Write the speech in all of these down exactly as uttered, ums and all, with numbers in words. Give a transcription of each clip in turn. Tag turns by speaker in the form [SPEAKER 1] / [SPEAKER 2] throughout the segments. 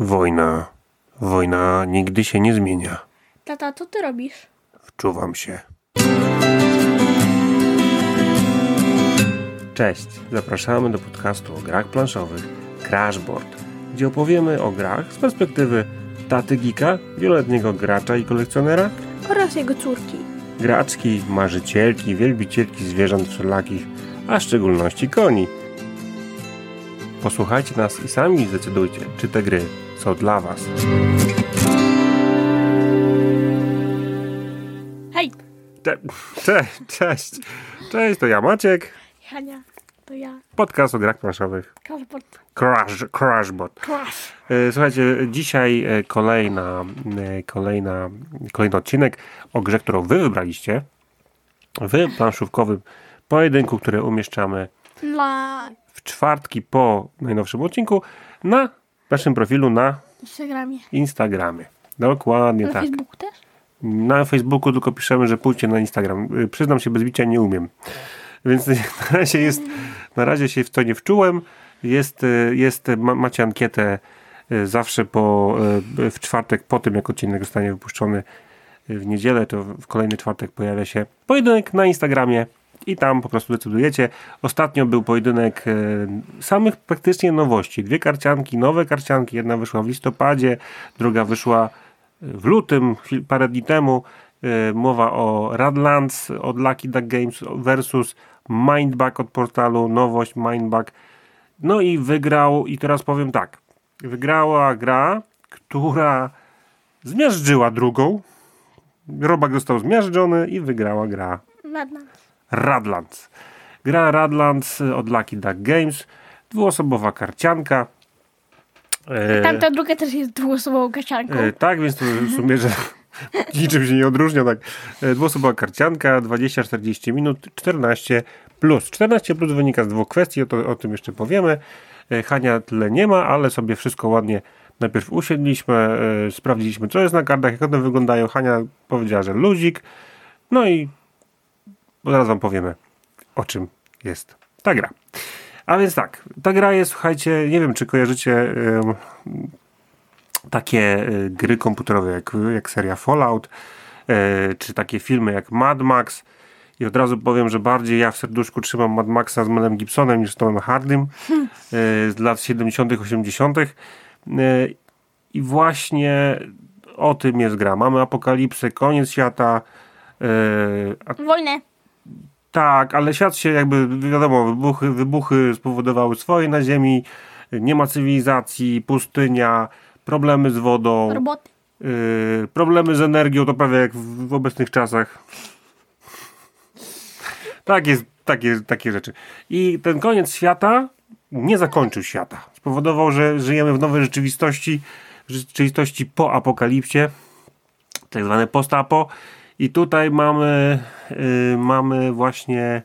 [SPEAKER 1] Wojna. Wojna nigdy się nie zmienia.
[SPEAKER 2] Tata, co ty robisz?
[SPEAKER 1] Wczuwam się. Cześć, zapraszamy do podcastu o grach planszowych Crashboard, gdzie opowiemy o grach z perspektywy taty geeka, wieloletniego gracza i kolekcjonera
[SPEAKER 2] Oraz jego córki.
[SPEAKER 1] Graczki, marzycielki, wielbicielki zwierząt wszelakich, a w szczególności koni. Posłuchajcie nas i sami zdecydujcie, czy te gry są dla was.
[SPEAKER 2] Hej!
[SPEAKER 1] Cze- cze- cześć, cześć, to ja Maciek.
[SPEAKER 2] Hania, to ja.
[SPEAKER 1] Podcast o grach planszowych
[SPEAKER 2] Crashboard.
[SPEAKER 1] Crash, Crashboard.
[SPEAKER 2] Crash.
[SPEAKER 1] E, Słuchajcie, dzisiaj e, kolejna, e, kolejna, kolejny odcinek o grze, którą wy wybraliście w planszówkowym pojedynku, który umieszczamy
[SPEAKER 2] Na
[SPEAKER 1] w czwartki po najnowszym odcinku na naszym profilu na
[SPEAKER 2] Instagramie.
[SPEAKER 1] Instagramie. Dokładnie
[SPEAKER 2] Na
[SPEAKER 1] tak.
[SPEAKER 2] Facebooku też?
[SPEAKER 1] Na Facebooku tylko piszemy, że pójdźcie na Instagram. Y, Przyznam się, bez bicia nie umiem. Więc na razie jest, na razie się w to nie wczułem. Jest, y, jest ma, macie ankietę y, zawsze po, y, w czwartek po tym, jak odcinek zostanie wypuszczony y, w niedzielę, to w kolejny czwartek pojawia się pojedynek na Instagramie i tam po prostu decydujecie. Ostatnio był pojedynek y, samych praktycznie nowości. Dwie karcianki, nowe karcianki. Jedna wyszła w listopadzie, druga wyszła w lutym, chwil- parę dni temu. Yy, mowa o Radlands od Lucky Duck Games versus Mindbug od portalu, nowość Mindbug. No i wygrał, i teraz powiem tak, wygrała gra, która zmiażdżyła drugą. Robak został zmiażdżony i wygrała gra
[SPEAKER 2] Ładna.
[SPEAKER 1] Radlands. Gra Radlands od Lucky Duck Games, dwuosobowa karcianka. Yy,
[SPEAKER 2] Tamta druga też jest dwuosobową kasianką.
[SPEAKER 1] E, tak, więc to w sumie, że niczym się nie odróżnia. Tak. E, dwuosobowa karcianka, dwadzieścia czterdzieści minut, czternaście plus. czternaście plus wynika z dwóch kwestii, o, to, o tym jeszcze powiemy. E, Hania tyle nie ma, ale sobie wszystko ładnie najpierw usiedliśmy, e, sprawdziliśmy, co jest na kartach, jak one wyglądają. Hania powiedziała, że luzik. No i zaraz wam powiemy, o czym jest ta gra. A więc tak, ta gra jest, słuchajcie, nie wiem, czy kojarzycie ym, takie y, gry komputerowe jak, jak seria Fallout, y, czy takie filmy jak Mad Max. I od razu powiem, że bardziej ja w serduszku trzymam Mad Maxa z Melem Gibsonem niż z Tomem Hardym y, z lat siedemdziesiątych, osiemdziesiątych. Y, I właśnie o tym jest gra. Mamy apokalipsę, koniec świata. Y, a
[SPEAKER 2] Wojnę.
[SPEAKER 1] Tak, ale świat się jakby, wiadomo, wybuchy, wybuchy spowodowały swoje na ziemi, nie ma cywilizacji, pustynia, problemy z wodą,
[SPEAKER 2] Roboty.
[SPEAKER 1] yy, problemy z energią, to prawie jak w, w obecnych czasach. Tak jest, takie, takie rzeczy. I ten koniec świata nie zakończył świata. Spowodował, że żyjemy w nowej rzeczywistości, rzeczywistości po apokalipsie, tak zwane post-apo. I tutaj mamy, yy, mamy właśnie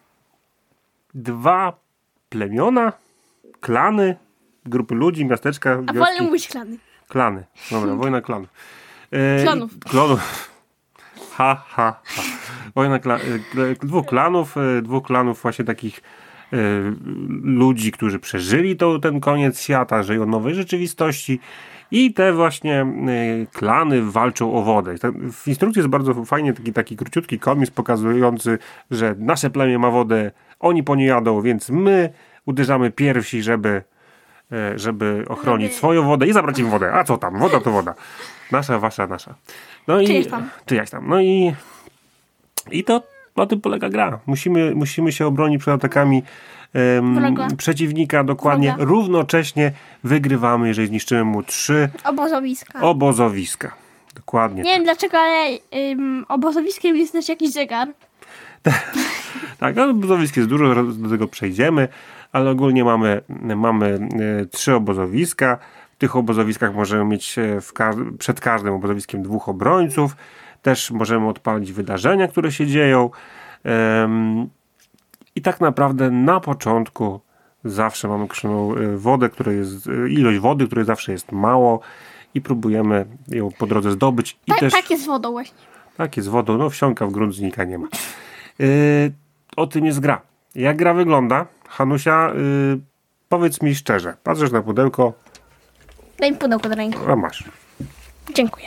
[SPEAKER 1] dwa plemiona, klany, grupy ludzi, miasteczka,
[SPEAKER 2] A
[SPEAKER 1] wioski.
[SPEAKER 2] wolę mówić klany.
[SPEAKER 1] Klany. Dobra, wojna klanów. Yy,
[SPEAKER 2] Klonów.
[SPEAKER 1] Klonów. Ha, ha, ha. Wojna kla, yy, dwóch klanów, yy, dwóch klanów właśnie takich yy, ludzi, którzy przeżyli to, ten koniec świata, żyją w nowej rzeczywistości. I te właśnie y, klany walczą o wodę. W instrukcji jest bardzo fajnie taki, taki króciutki komiks pokazujący, że nasze plemię ma wodę, oni po nie jadą, więc my uderzamy pierwsi, żeby, y, żeby ochronić
[SPEAKER 2] Żeby-
[SPEAKER 1] swoją wodę i zabrać im wodę. A co tam? Woda to woda. Nasza, wasza, nasza. No i,
[SPEAKER 2] Czyjaś tam.
[SPEAKER 1] Czyjaś tam. No i, i to na tym polega gra. Musimy, musimy się obronić przed atakami em,
[SPEAKER 2] Wroga.
[SPEAKER 1] przeciwnika, dokładnie.
[SPEAKER 2] Wroga.
[SPEAKER 1] Równocześnie wygrywamy, jeżeli zniszczymy mu trzy
[SPEAKER 2] Obozowiska.
[SPEAKER 1] obozowiska. Dokładnie.
[SPEAKER 2] Nie wiem dlaczego, ale ym, obozowiskiem jest też jakiś zegar.
[SPEAKER 1] Tak, no, obozowisk jest dużo, zaraz do tego przejdziemy, ale ogólnie mamy, mamy e, trzy obozowiska. W tych obozowiskach możemy mieć e, w ka- przed każdym obozowiskiem dwóch obrońców. Też możemy odpalić wydarzenia, które się dzieją. Em, I tak naprawdę na początku zawsze mamy określoną e, wodę, której jest, e, ilość wody, której zawsze jest mało i próbujemy ją po drodze zdobyć. I
[SPEAKER 2] Ta,
[SPEAKER 1] też
[SPEAKER 2] Tak jest z wodą właśnie.
[SPEAKER 1] tak jest z wodą, no wsiąka w grunt, znika, nie ma. Yy, o tym jest gra. Jak gra wygląda? Hanusia, yy, powiedz mi szczerze, patrzysz na pudełko,
[SPEAKER 2] Daj mi pudełko do ręki.
[SPEAKER 1] A masz.
[SPEAKER 2] Dziękuję.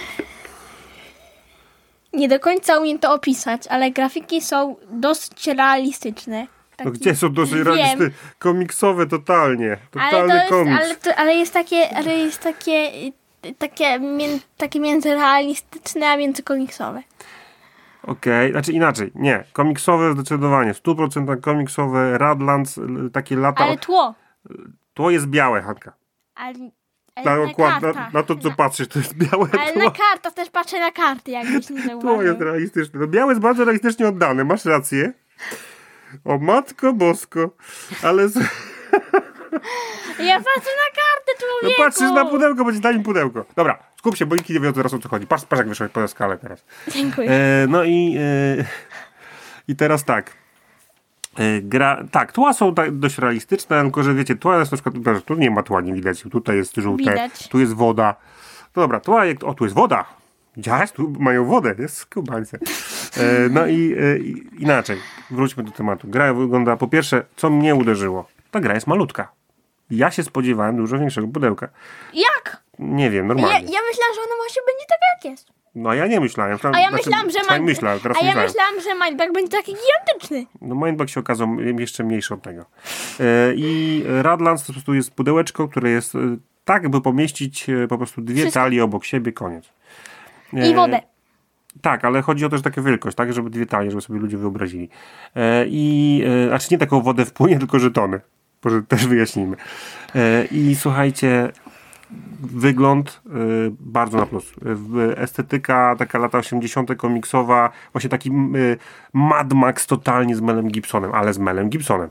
[SPEAKER 2] Nie do końca umiem to opisać, ale grafiki są dosyć realistyczne.
[SPEAKER 1] No gdzie są dosyć realisty? Komiksowe totalnie.
[SPEAKER 2] Ale,
[SPEAKER 1] Totalny
[SPEAKER 2] to jest,
[SPEAKER 1] komiks.
[SPEAKER 2] ale, to, ale jest takie, ale jest takie, takie, mię, takie między realistyczne, a między komiksowe.
[SPEAKER 1] Okej, okay. Znaczy inaczej. Nie, komiksowe zdecydowanie. sto procent komiksowe, Radlands, takie lata.
[SPEAKER 2] Ale tło.
[SPEAKER 1] Tło jest białe, Hanka.
[SPEAKER 2] Ale, ale
[SPEAKER 1] Na,
[SPEAKER 2] na,
[SPEAKER 1] okład, na,
[SPEAKER 2] kartach.
[SPEAKER 1] na to, co
[SPEAKER 2] na,
[SPEAKER 1] patrzysz, to jest białe
[SPEAKER 2] Ale
[SPEAKER 1] tło.
[SPEAKER 2] na kartach też patrzę na karty, jakbyś nie zauważył.
[SPEAKER 1] Tło jest realistyczne. No białe jest bardzo realistycznie oddane, masz rację. O matko bosko. Ale... Z...
[SPEAKER 2] Ja patrzę na kartę,
[SPEAKER 1] No
[SPEAKER 2] człowieku.
[SPEAKER 1] patrzysz na pudełko, bo ci daj mi pudełko. Dobra, skup się, bo nikt nie wie teraz o co chodzi. Patrz, patrz jak wyszłeś po skalę teraz.
[SPEAKER 2] Dziękuję.
[SPEAKER 1] E, no i... E, I teraz tak. E, gra, tak, tła są tak dość realistyczne, tylko że wiecie, tła jest na przykład... Tu nie ma tła, nie widać. Tutaj jest żółte,
[SPEAKER 2] Widać.
[SPEAKER 1] tu jest woda. No dobra, tła... Jak, o, tu jest woda. Widziałeś? Tu mają wodę, jest skubańce. E, no i e, inaczej. Wróćmy do tematu. Gra wygląda, po pierwsze, co mnie uderzyło. Ta gra jest malutka. Ja się spodziewałem dużo większego pudełka.
[SPEAKER 2] Jak?
[SPEAKER 1] Nie wiem,
[SPEAKER 2] Ja,
[SPEAKER 1] normalnie.
[SPEAKER 2] ja myślałam, że ona właśnie będzie taka jak jest.
[SPEAKER 1] No ja nie myślałem. Tam,
[SPEAKER 2] A ja
[SPEAKER 1] znaczy,
[SPEAKER 2] myślałam, że
[SPEAKER 1] przynajmniej
[SPEAKER 2] Mind...
[SPEAKER 1] myślałem, teraz
[SPEAKER 2] A ja
[SPEAKER 1] myślałem.
[SPEAKER 2] myślałam, że Mindbag będzie taki gigantyczny.
[SPEAKER 1] No Mindbag się okazał jeszcze mniejszy od tego. E, I Radlands to po prostu jest pudełeczko, które jest e, tak, by pomieścić e, po prostu dwie
[SPEAKER 2] Wszystko.
[SPEAKER 1] talie obok siebie, koniec. E,
[SPEAKER 2] I wodę.
[SPEAKER 1] Tak, ale chodzi o to, że taka wielkość, tak, żeby dwie talie, żeby sobie ludzie wyobrazili. E, I, e, znaczy nie taką wodę wpłynie, tylko żetony. Może też wyjaśnijmy. E, I słuchajcie, wygląd y, bardzo na plus. Y, estetyka taka lata osiemdziesiąte komiksowa, właśnie taki y, Mad Max totalnie z Melem Gibsonem, ale z Melem Gibsonem.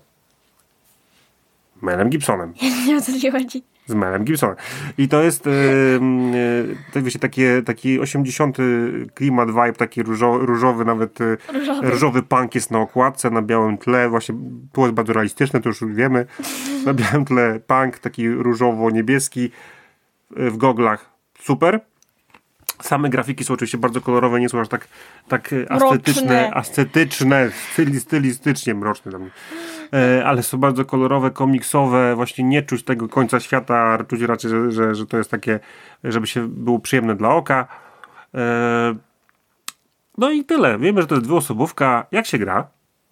[SPEAKER 1] Melem Gibsonem.
[SPEAKER 2] Ja nie wiem, o co ci chodzi.
[SPEAKER 1] Z Melem Gibsonem. I to jest y, y, to wiecie, takie, taki osiemdziesiąty klimat, vibe, taki różo, różowy, nawet y,
[SPEAKER 2] Różowy.
[SPEAKER 1] różowy punk jest na okładce, na białym tle, właśnie tło jest bardzo realistyczne, to już wiemy. Na białym tle punk, taki różowo-niebieski, w goglach. Super. Same grafiki są oczywiście bardzo kolorowe, nie są aż tak, tak ascetyczne, ascetyczne, styli, stylistycznie mroczne dla mnie. E, ale są bardzo kolorowe, komiksowe, właśnie nie czuć tego końca świata, czuć raczej, że, że, że to jest takie, żeby się było przyjemne dla oka. E, no i tyle. Wiemy, że to jest dwuosobówka. Jak się gra?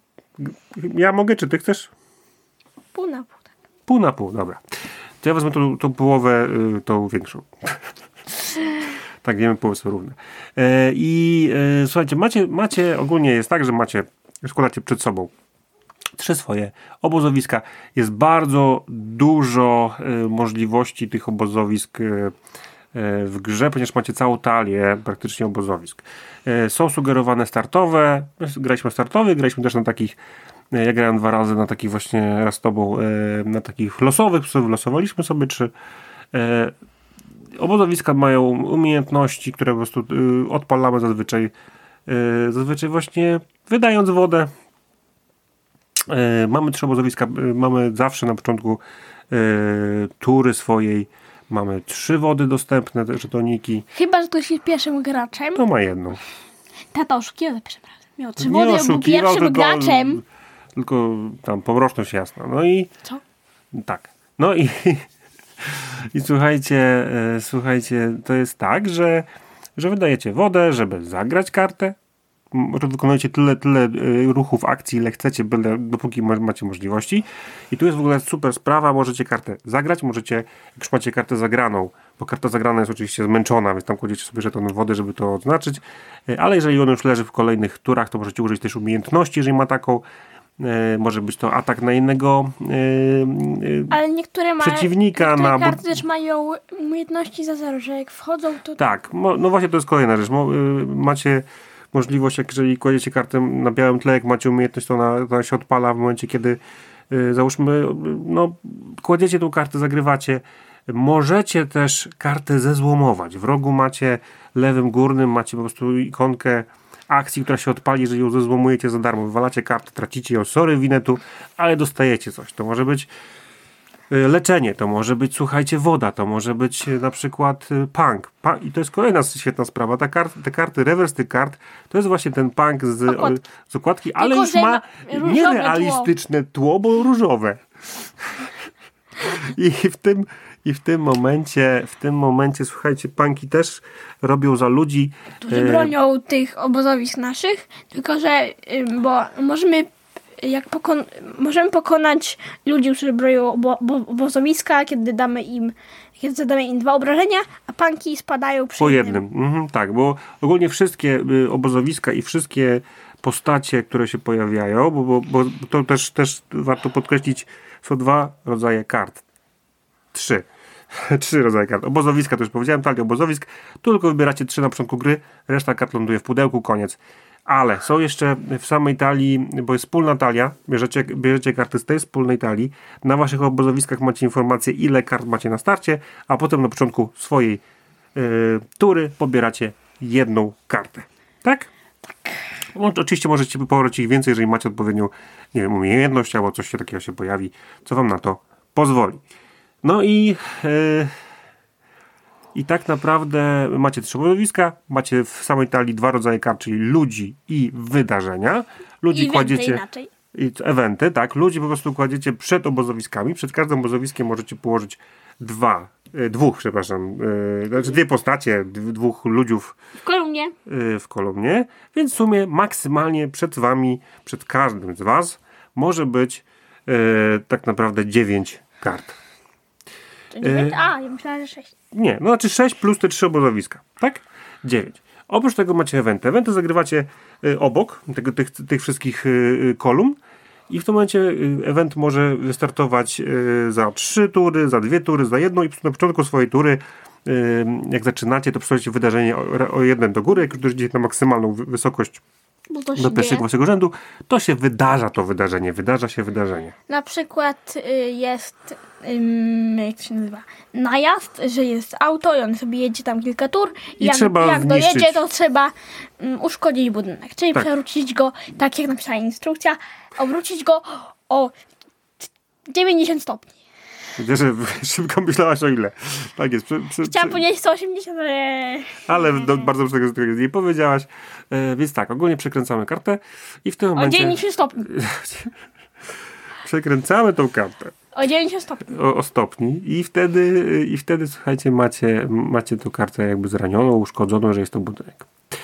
[SPEAKER 1] Ja mogę, czy ty chcesz?
[SPEAKER 2] Pół na pół. Tak.
[SPEAKER 1] Pół na pół, dobra. To ja wezmę tą, tą połowę, y, tą większą. Tak, wiemy, połowy są równe. E, I e, słuchajcie, macie, macie, ogólnie jest tak, że macie, składacie przed sobą trzy swoje obozowiska. Jest bardzo dużo e, możliwości tych obozowisk e, e, w grze, ponieważ macie całą talię praktycznie obozowisk. E, są sugerowane startowe. Graliśmy startowy, graliśmy też na takich, e, ja grałem dwa razy na takich właśnie raz z tobą, e, na takich losowych, losowaliśmy sobie trzy. E, Obozowiska mają umiejętności, które po prostu y, odpalamy zazwyczaj y, zazwyczaj właśnie wydając wodę. Y, mamy trzy obozowiska, y, mamy zawsze na początku y, tury swojej mamy trzy wody dostępne, te żetoniki.
[SPEAKER 2] Chyba, że ktoś jest pierwszym graczem.
[SPEAKER 1] To ma jedną.
[SPEAKER 2] Tata oszukiwał, przepraszam. Miał trzy
[SPEAKER 1] Nie
[SPEAKER 2] wody, był
[SPEAKER 1] oszukiwał,
[SPEAKER 2] pierwszym
[SPEAKER 1] tylko,
[SPEAKER 2] graczem.
[SPEAKER 1] tylko tam pomroczność jasna. No i
[SPEAKER 2] Co?
[SPEAKER 1] tak. No i I słuchajcie, e, słuchajcie, to jest tak, że, że wydajecie wodę, żeby zagrać kartę. Może wykonujecie tyle, tyle e, ruchów, akcji, ile chcecie, byle, dopóki ma, macie możliwości. I tu jest w ogóle super sprawa, możecie kartę zagrać, możecie, jak już macie kartę zagraną, bo karta zagrana jest oczywiście zmęczona, więc tam kładziecie sobie żeton wody, żeby to odznaczyć, e, ale jeżeli ona już leży w kolejnych turach, to możecie użyć też umiejętności, jeżeli ma taką. E, może być to atak na innego e, e,
[SPEAKER 2] Ale niektóre, ma,
[SPEAKER 1] przeciwnika.
[SPEAKER 2] niektóre
[SPEAKER 1] Na,
[SPEAKER 2] karty też mają umiejętności za zero, że jak wchodzą, to...
[SPEAKER 1] Tak, mo, no właśnie to jest kolejna rzecz. Mo, y, macie możliwość, jak jeżeli kładziecie kartę na białym tle, jak macie umiejętność, to ona, ona się odpala w momencie, kiedy y, załóżmy, y, no kładziecie tą kartę, zagrywacie. Możecie też kartę zezłomować. W rogu macie lewym górnym, macie po prostu ikonkę akcji, która się odpali, jeżeli ją zezłomujecie za darmo. Wywalacie kartę, tracicie ją, sorry winetu, ale dostajecie coś. To może być leczenie, to może być, słuchajcie, woda, to może być na przykład punk. Punk. I to jest kolejna świetna sprawa. Ta kart, te karty, rewers tych kart, to jest właśnie ten punk z okładki, z okładki ale
[SPEAKER 2] Tylko,
[SPEAKER 1] już
[SPEAKER 2] że
[SPEAKER 1] ma
[SPEAKER 2] ma
[SPEAKER 1] nierealistyczne tło. tło, bo różowe. I w tym I w tym momencie, w tym momencie, słuchajcie, panki też robią za ludzi.
[SPEAKER 2] Którzy bronią tych obozowisk naszych, tylko że, ym, bo możemy jak pokon- możemy pokonać ludzi, którzy bronią obo- obo- obozowiska, kiedy damy im, kiedy zadamy im dwa obrażenia, a panki spadają przy
[SPEAKER 1] Po
[SPEAKER 2] jednym.
[SPEAKER 1] jednym. Mhm, tak, bo ogólnie wszystkie y, obozowiska i wszystkie postacie, które się pojawiają, bo, bo, bo to też, też warto podkreślić, są dwa rodzaje kart. Trzy. Trzy rodzaje kart. Obozowiska, to już powiedziałem, talia obozowisk. Tu tylko wybieracie trzy na początku gry, reszta kart ląduje w pudełku, koniec. Ale są jeszcze w samej talii, bo jest wspólna talia, bierzecie, bierzecie karty z tej wspólnej talii, na waszych obozowiskach macie informację, ile kart macie na starcie, a potem na początku swojej yy, tury pobieracie jedną kartę. Tak? Tak. No, oczywiście możecie pobrać ich więcej, jeżeli macie odpowiednią, nie wiem, umiejętność, albo coś się takiego się pojawi, co wam na to pozwoli. No i yy, I tak naprawdę macie trzy obozowiska, macie w samej talii dwa rodzaje kart, czyli ludzi i wydarzenia. Ludzi
[SPEAKER 2] I
[SPEAKER 1] kładziecie.
[SPEAKER 2] inaczej.
[SPEAKER 1] I eventy, tak. Ludzi po prostu kładziecie przed obozowiskami. Przed każdym obozowiskiem możecie położyć dwa, e, dwóch, przepraszam, e, znaczy dwie postacie, d- dwóch ludziów
[SPEAKER 2] W kolumnie.
[SPEAKER 1] e, w kolumnie. Więc w sumie maksymalnie przed wami, przed każdym z was może być e, tak naprawdę dziewięć kart.
[SPEAKER 2] To dziewięć? A, ja myślałam, że sześć.
[SPEAKER 1] Nie, no znaczy sześć plus te trzy obozowiska, tak? dziewięć. Oprócz tego macie eventy. Eventy zagrywacie y, obok tego, tych, tych wszystkich y, kolumn i w tym momencie y, event może wystartować y, za trzy tury, za dwie tury, za jedną i na początku swojej tury, y, jak zaczynacie, to przechodzicie wydarzenie o, o jeden do góry, jak już dojdziecie na maksymalną wy- wysokość
[SPEAKER 2] Bo to się
[SPEAKER 1] do pierwszego
[SPEAKER 2] dzieje.
[SPEAKER 1] waszego rzędu, to się wydarza to wydarzenie, wydarza się wydarzenie.
[SPEAKER 2] Na przykład y, jest, ym, jak to się nazywa, najazd, że jest auto i on sobie jedzie tam kilka tur i,
[SPEAKER 1] I
[SPEAKER 2] jak,
[SPEAKER 1] trzeba
[SPEAKER 2] jak
[SPEAKER 1] zniszczyć.
[SPEAKER 2] dojedzie, to trzeba ym, uszkodzić budynek, czyli
[SPEAKER 1] Tak.
[SPEAKER 2] przewrócić go, tak jak napisała instrukcja, obrócić go o dziewięćdziesiąt stopni.
[SPEAKER 1] Widzę, że szybko myślałaś o ile. Tak jest. Przy, przy,
[SPEAKER 2] Chciałam
[SPEAKER 1] przy...
[SPEAKER 2] powiedzieć sto osiemdziesiąt, ale...
[SPEAKER 1] Ale do, bardzo dobrze tego, tego nie powiedziałaś. E, więc tak, ogólnie przekręcamy kartę i w tym
[SPEAKER 2] O
[SPEAKER 1] momencie
[SPEAKER 2] dziewięćdziesiąt stopni.
[SPEAKER 1] przekręcamy tą kartę
[SPEAKER 2] O dziewięćdziesiąt stopni.
[SPEAKER 1] o, o stopni i wtedy, i wtedy słuchajcie, macie, macie tą kartę jakby zranioną, uszkodzoną, że jest to budynek.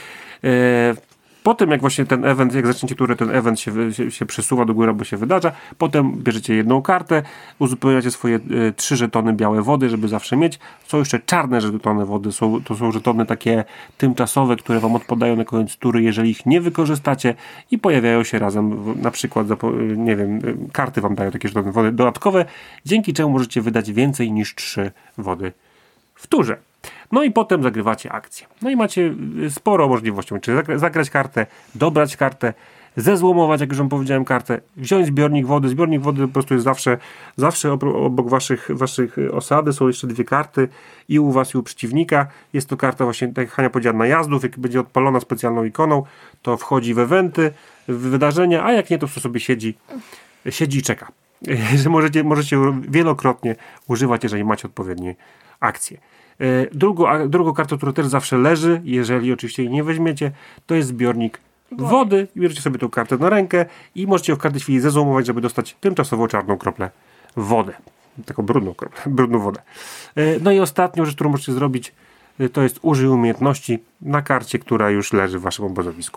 [SPEAKER 1] E, Potem jak właśnie ten event, jak zaczniecie turę, ten event się, wy- się, się przesuwa do góry albo się wydarza, potem bierzecie jedną kartę, uzupełniacie swoje e, trzy żetony białe wody, żeby zawsze mieć. Są jeszcze czarne żetony wody, są, to są żetony takie tymczasowe, które wam odpadają na koniec tury, jeżeli ich nie wykorzystacie i pojawiają się razem, w, na przykład, zapo- nie wiem, e, karty wam dają takie żetony wody dodatkowe, dzięki czemu możecie wydać więcej niż trzy wody w turze. No i potem zagrywacie akcję. No i macie y, sporo możliwości. Czy zagra- zagrać kartę, dobrać kartę, zezłomować, jak już wam powiedziałem, kartę, wziąć zbiornik wody. Zbiornik wody po prostu jest zawsze, zawsze obro- obok waszych, waszych y, osady. Są jeszcze dwie karty i u was, i u przeciwnika. Jest to karta właśnie, tak jak Hania powiedziała, najazdów. Jak będzie odpalona specjalną ikoną, to wchodzi w eventy, w wydarzenia, a jak nie, to sobie siedzi, siedzi i czeka. Że możecie, możecie wielokrotnie używać, jeżeli macie odpowiednie akcje. E, Drugą, a- drugą kartą, która też zawsze leży, jeżeli oczywiście jej nie weźmiecie, to jest zbiornik wody. Bierzecie sobie tą kartę na rękę i możecie ją w każdej chwili zezłomować, żeby dostać tymczasowo czarną kroplę wody. Taką brudną kroplę, brudną wodę. E, No i ostatnią rzecz, którą możecie zrobić, e, to jest użyj umiejętności na karcie, która już leży w waszym obozowisku.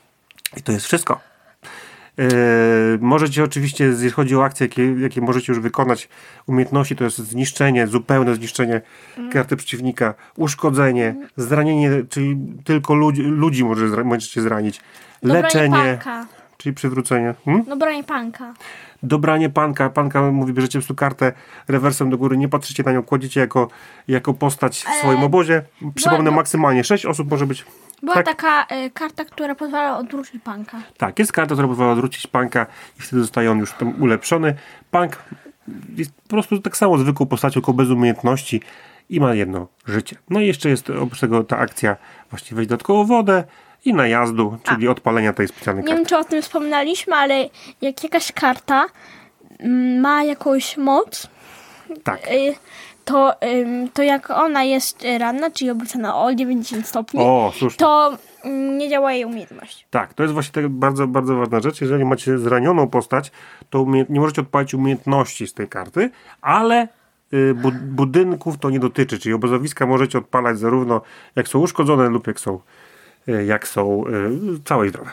[SPEAKER 1] I to jest wszystko. Yy, możecie oczywiście, jeżeli chodzi o akcje, jakie, jakie możecie już wykonać, umiejętności, to jest zniszczenie, zupełne zniszczenie karty przeciwnika, uszkodzenie, zranienie, czyli tylko ludzi, ludzi może zra- możecie zranić,
[SPEAKER 2] Dobranie
[SPEAKER 1] leczenie,
[SPEAKER 2] panka.
[SPEAKER 1] czyli przywrócenie, hmm?
[SPEAKER 2] Dobranie panka.
[SPEAKER 1] dobranie panka. Panka mówi, bierzecie po prostu kartę rewersem do góry, nie patrzycie na nią, kładziecie jako, jako postać w swoim obozie. Przypomnę,
[SPEAKER 2] była-
[SPEAKER 1] maksymalnie sześć osób może być.
[SPEAKER 2] Była
[SPEAKER 1] Tak.
[SPEAKER 2] taka y, karta, która pozwala odwrócić panka.
[SPEAKER 1] Tak, jest karta, która pozwala odwrócić punka i wtedy zostaje on już tam ulepszony. Punk jest po prostu tak samo zwykłą postacią, tylko bez umiejętności i ma jedno życie. No i jeszcze jest oprócz tego ta akcja właśnie wejść dodatkowo wodę i najazdu, czyli odpalenia tej specjalnej
[SPEAKER 2] Nie
[SPEAKER 1] karty.
[SPEAKER 2] wiem, czy o tym wspominaliśmy, ale jak jakaś karta mm, ma jakąś moc,
[SPEAKER 1] Tak,
[SPEAKER 2] y, to, ym, to jak ona jest y, ranna, czyli obrócona o dziewięćdziesiąt stopni,
[SPEAKER 1] o, słusznie.
[SPEAKER 2] to mm, nie działa jej umiejętność.
[SPEAKER 1] Tak, to jest właśnie tak bardzo, bardzo ważna rzecz. Jeżeli macie zranioną postać, to umie- nie możecie odpalić umiejętności z tej karty, ale y, bu, budynków to nie dotyczy, czyli obozowiska możecie odpalać zarówno jak są uszkodzone lub jak są, y, jak są y, całe i zdrowe.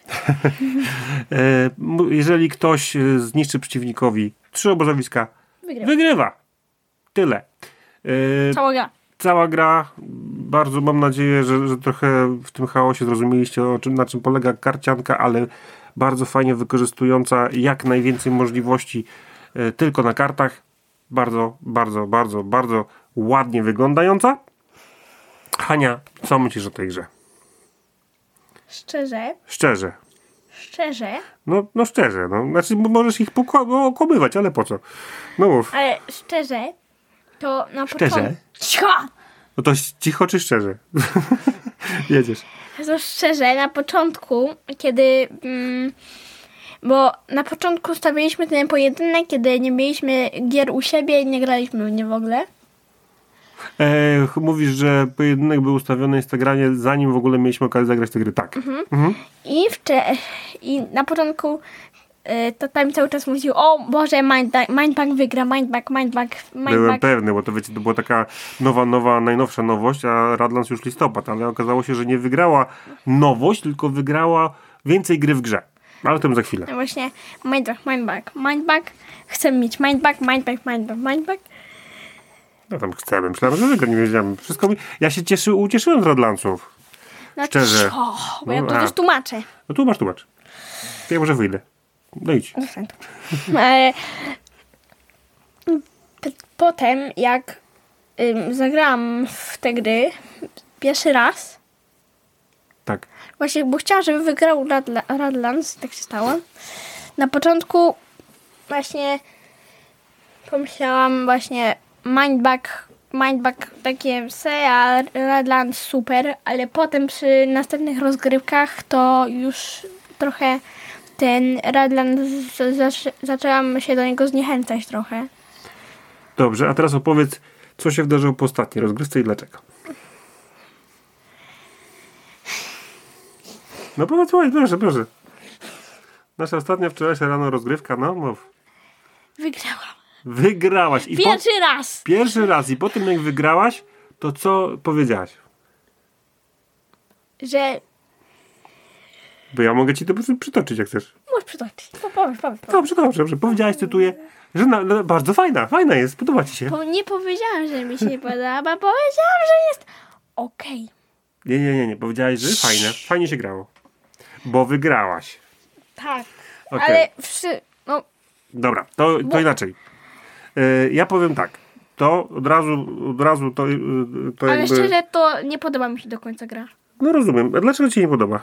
[SPEAKER 1] y, jeżeli ktoś zniszczy przeciwnikowi trzy obozowiska, wygrywa. wygrywa. Tyle. Y,
[SPEAKER 2] Cała gra.
[SPEAKER 1] Cała gra. Bardzo mam nadzieję, że, że trochę w tym chaosie zrozumieliście, o czym, na czym polega karcianka, ale bardzo fajnie wykorzystująca jak najwięcej możliwości y, tylko na kartach. Bardzo, bardzo, bardzo, bardzo ładnie wyglądająca. Hania, co myślisz o tej grze?
[SPEAKER 2] Szczerze?
[SPEAKER 1] Szczerze.
[SPEAKER 2] Szczerze?
[SPEAKER 1] No, no szczerze. No. Znaczy, możesz ich poko- okłamywać, ale po co? No mów.
[SPEAKER 2] Ale szczerze, to na
[SPEAKER 1] Szczerze?
[SPEAKER 2] początku... Cicho!
[SPEAKER 1] No to cicho czy szczerze? Jedziesz.
[SPEAKER 2] To szczerze, na początku, kiedy... Mm, bo na początku stawiliśmy ten pojedynek, kiedy nie mieliśmy gier u siebie i nie graliśmy w nie w ogóle.
[SPEAKER 1] E, mówisz, że pojedynek był ustawiony na Instagramie, zanim w ogóle mieliśmy okazję zagrać te gry. Tak.
[SPEAKER 2] Mhm.
[SPEAKER 1] Mhm.
[SPEAKER 2] I, wcze- I na początku y, tata mi cały czas mówił, o Boże, Mindbank, Mindbank wygra, Mindbank, Mindbank, Mindbank.
[SPEAKER 1] Byłem pewny, bo to wiecie, to była taka nowa, nowa, najnowsza nowość, a Radlands już listopad, ale okazało się, że nie wygrała nowość, tylko wygrała więcej gry w grze. Ale o tym za chwilę.
[SPEAKER 2] No właśnie, Mindbank, Mindbank, Mindbank. Chcę mieć Mindbank, Mindbank, Mindbank, Mindbank.
[SPEAKER 1] No tam chcemy. Myślałem, że wygra, nie wiedziałem. Wszystko mi... Ja się cieszy, ucieszyłem z Radlandsów.
[SPEAKER 2] No,
[SPEAKER 1] Szczerze.
[SPEAKER 2] O, bo ja
[SPEAKER 1] No,
[SPEAKER 2] to
[SPEAKER 1] a.
[SPEAKER 2] też tłumaczę.
[SPEAKER 1] No tłumacz, tłumacz. To ja może wyjdę. No idź.
[SPEAKER 2] Ale p- potem, jak ym, zagrałam w te gry pierwszy raz,
[SPEAKER 1] Tak.
[SPEAKER 2] właśnie, bo chciałam, żeby wygrał Radla- Radlands, tak się stało. Na początku właśnie pomyślałam właśnie Mindback, Mindback takie se, a Radlands super, ale potem przy następnych rozgrywkach to już trochę ten Radlands zac- zaczęłam się do niego zniechęcać trochę.
[SPEAKER 1] Dobrze, a teraz opowiedz, co się wydarzyło po ostatniej rozgrywce i dlaczego. No powiedz, powiedz, proszę, proszę. Nasza ostatnia wczorajsza rano rozgrywka, no mów.
[SPEAKER 2] Wygrałam.
[SPEAKER 1] Wygrałaś. I
[SPEAKER 2] Pierwszy po... raz.
[SPEAKER 1] Pierwszy raz. I po tym, jak wygrałaś, to co powiedziałaś?
[SPEAKER 2] Że...
[SPEAKER 1] Bo ja mogę ci to przytoczyć, jak chcesz.
[SPEAKER 2] Możesz przytoczyć. No, powiedz, powiedz, powiedz.
[SPEAKER 1] Dobrze, dobrze, dobrze. Powiedziałaś, cytuję, że na, no, bardzo fajna, fajna jest, podoba ci się.
[SPEAKER 2] Po, nie powiedziałam, że mi się nie podoba, powiedziałam, że jest okej.
[SPEAKER 1] Nie, nie, nie, nie. Powiedziałaś, że fajne, fajnie się grało. Bo wygrałaś.
[SPEAKER 2] Tak.
[SPEAKER 1] Okay.
[SPEAKER 2] Ale wszy... no...
[SPEAKER 1] Dobra, to, to
[SPEAKER 2] Bo...
[SPEAKER 1] inaczej. Yy, ja powiem tak. To od razu, od razu to, yy, to
[SPEAKER 2] Ale
[SPEAKER 1] jakby...
[SPEAKER 2] szczerze, to nie podoba mi się do końca gra.
[SPEAKER 1] No rozumiem. A dlaczego ci nie podoba?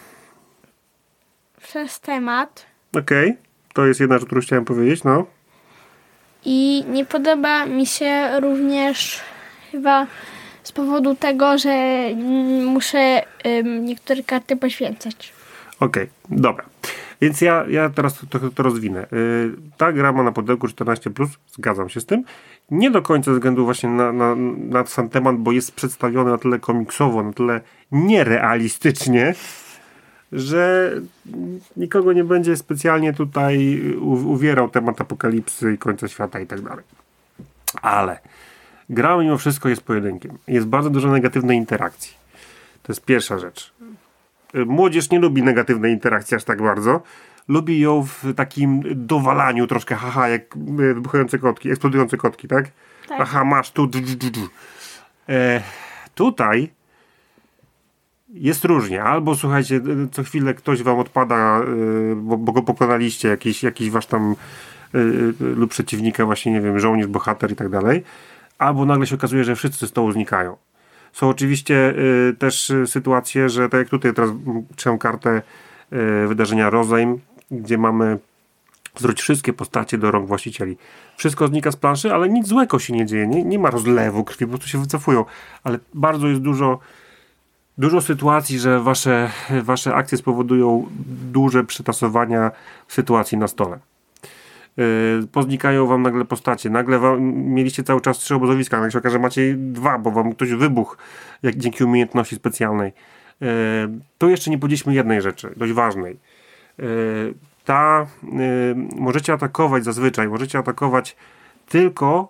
[SPEAKER 2] Przez temat.
[SPEAKER 1] Okej. Okay. To jest jedna rzecz, którą chciałem powiedzieć, no.
[SPEAKER 2] I nie podoba mi się również chyba z powodu tego, że mm, muszę ym, niektóre karty poświęcać.
[SPEAKER 1] Okej, okay, dobra. Więc ja, ja teraz to, to, to rozwinę. Yy, ta gra ma na pudełku czternaście plus, zgadzam się z tym. Nie do końca ze względu właśnie na, na, na sam temat, bo jest przedstawiony na tyle komiksowo, na tyle nierealistycznie, że nikogo nie będzie specjalnie tutaj u, uwierał temat apokalipsy i końca świata i tak dalej. Ale gra mimo wszystko jest pojedynkiem. Jest bardzo dużo negatywnej interakcji. To jest pierwsza rzecz. Młodzież nie lubi negatywnej interakcji aż tak bardzo. Lubi ją w takim dowalaniu troszkę, haha, jak wybuchające kotki, eksplodujące kotki, tak?
[SPEAKER 2] Tak.
[SPEAKER 1] Aha, masz tu. Du, du, du. E, tutaj jest różnie. Albo słuchajcie, co chwilę ktoś wam odpada, bo, bo go pokonaliście, jakiś, jakiś wasz tam lub przeciwnika, właśnie, nie wiem, żołnierz, bohater i tak dalej. Albo nagle się okazuje, że wszyscy z stołu znikają. Są oczywiście y, też sytuacje, że tak jak tutaj teraz trzymam kartę y, wydarzenia Rozejm, gdzie mamy zwrócić wszystkie postacie do rąk właścicieli. Wszystko znika z planszy, ale nic złego się nie dzieje. Nie, nie ma rozlewu krwi, po prostu się wycofują. Ale bardzo jest dużo dużo sytuacji, że wasze, wasze akcje spowodują duże przetasowania sytuacji na stole. Yy, poznikają wam nagle postacie. Nagle wam, mieliście cały czas trzy obozowiska, nagle się okaże, że macie dwa, bo wam ktoś wybuchł jak, dzięki umiejętności specjalnej. Yy, tu jeszcze nie powiedzieliśmy jednej rzeczy, dość ważnej. Yy, ta, yy, możecie atakować zazwyczaj, możecie atakować tylko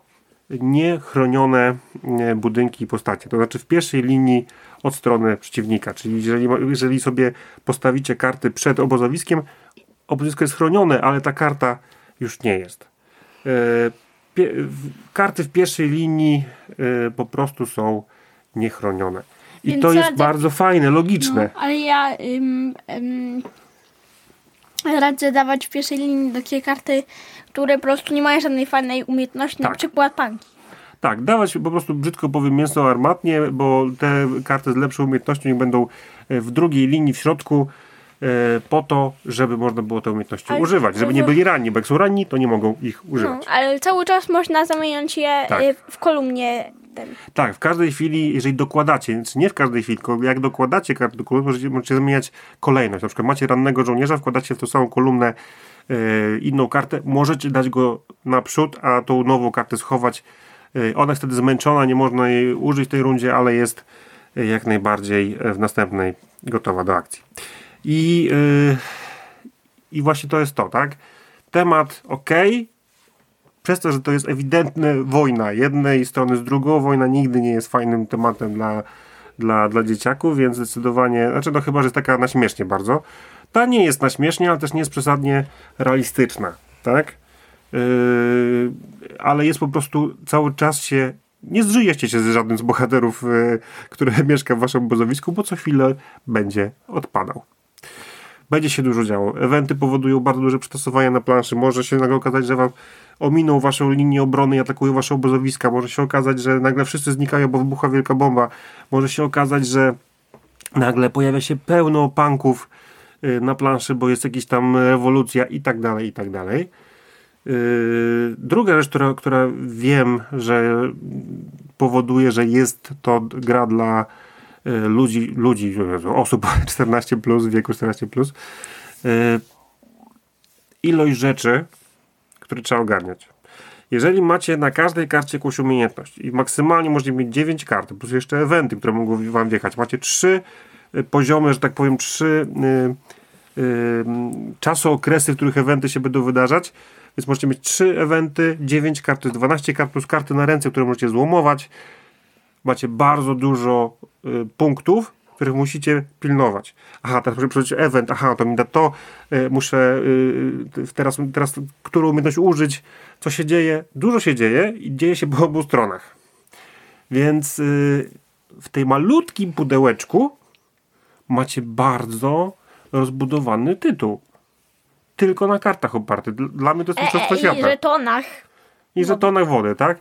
[SPEAKER 1] niechronione budynki i postacie. To znaczy w pierwszej linii od strony przeciwnika. Czyli jeżeli, jeżeli sobie postawicie karty przed obozowiskiem, obozowisko jest chronione, ale ta karta już nie jest. Pie, karty w pierwszej linii po prostu są niechronione. I Więc to jest radzę, bardzo fajne, logiczne.
[SPEAKER 2] No, ale ja ym, ym, radzę dawać w pierwszej linii takie karty, które po prostu nie mają żadnej fajnej umiejętności, tak. Na przykład tanki.
[SPEAKER 1] Tak, dawać po prostu, brzydko powiem, mięso armatnie, bo te karty z lepszą umiejętnością niech będą w drugiej linii w środku e, po to, żeby można było te umiejętności ale używać, żeby nie byli ranni, bo jak są ranni, to nie mogą ich używać. No,
[SPEAKER 2] ale cały czas można zamieniać je tak. w kolumnie. Ten.
[SPEAKER 1] Tak, w każdej chwili, jeżeli dokładacie, więc nie w każdej chwili, tylko jak dokładacie karty do kolumny, możecie, możecie zamieniać kolejność. Na przykład macie rannego żołnierza, wkładacie w tą samą kolumnę e, inną kartę, możecie dać go naprzód, a tą nową kartę schować. E, ona jest wtedy zmęczona, nie można jej użyć w tej rundzie, ale jest e, jak najbardziej w następnej gotowa do akcji. I, e, i właśnie to jest to, tak? Temat ok, przez to, że to jest ewidentna wojna jednej strony z drugą, wojna nigdy nie jest fajnym tematem dla, dla, dla dzieciaków, więc zdecydowanie, znaczy no chyba, że jest taka na śmiesznie bardzo. Ta nie jest na śmiesznie, ale też nie jest przesadnie realistyczna, tak? Yy, ale jest po prostu cały czas się, nie zżyjecie się z żadnym z bohaterów, yy, który mieszka w waszym obozowisku, bo co chwilę będzie odpadał. Będzie się dużo działo. Eventy powodują bardzo duże przetasowania na planszy. Może się nagle okazać, że wam ominą waszą linię obrony i atakują wasze obozowiska. Może się okazać, że nagle wszyscy znikają, bo wybucha wielka bomba. Może się okazać, że nagle pojawia się pełno punków na planszy, bo jest jakaś tam rewolucja i tak dalej, i tak dalej. Druga rzecz, która, która wiem, że powoduje, że jest to gra dla ludzi, ludzi osób czternaście plus, w wieku czternaście plus, ilość rzeczy, które trzeba ogarniać. Jeżeli macie na każdej karcie jakąś umiejętność i maksymalnie możecie mieć dziewięć kart, plus jeszcze eventy, które mogą wam wjechać, macie trzy poziomy, że tak powiem, trzy yy, yy, czasookresy, w których eventy się będą wydarzać, więc możecie mieć trzy eventy, dziewięć kart, to jest dwanaście kart plus karty na ręce, które możecie złomować. Macie bardzo dużo y, punktów, których musicie pilnować. Aha, teraz muszę przeżyć event, aha, to mi da to, y, muszę y, teraz, teraz którą umiejętność użyć, co się dzieje. Dużo się dzieje i dzieje się po obu stronach. Więc y, w tej malutkim pudełeczku macie bardzo rozbudowany tytuł. Tylko na kartach oparty. Dla mnie to jest mistrzostwo
[SPEAKER 2] e, e,
[SPEAKER 1] świata.
[SPEAKER 2] I żetonach.
[SPEAKER 1] I żetonach wody, tak?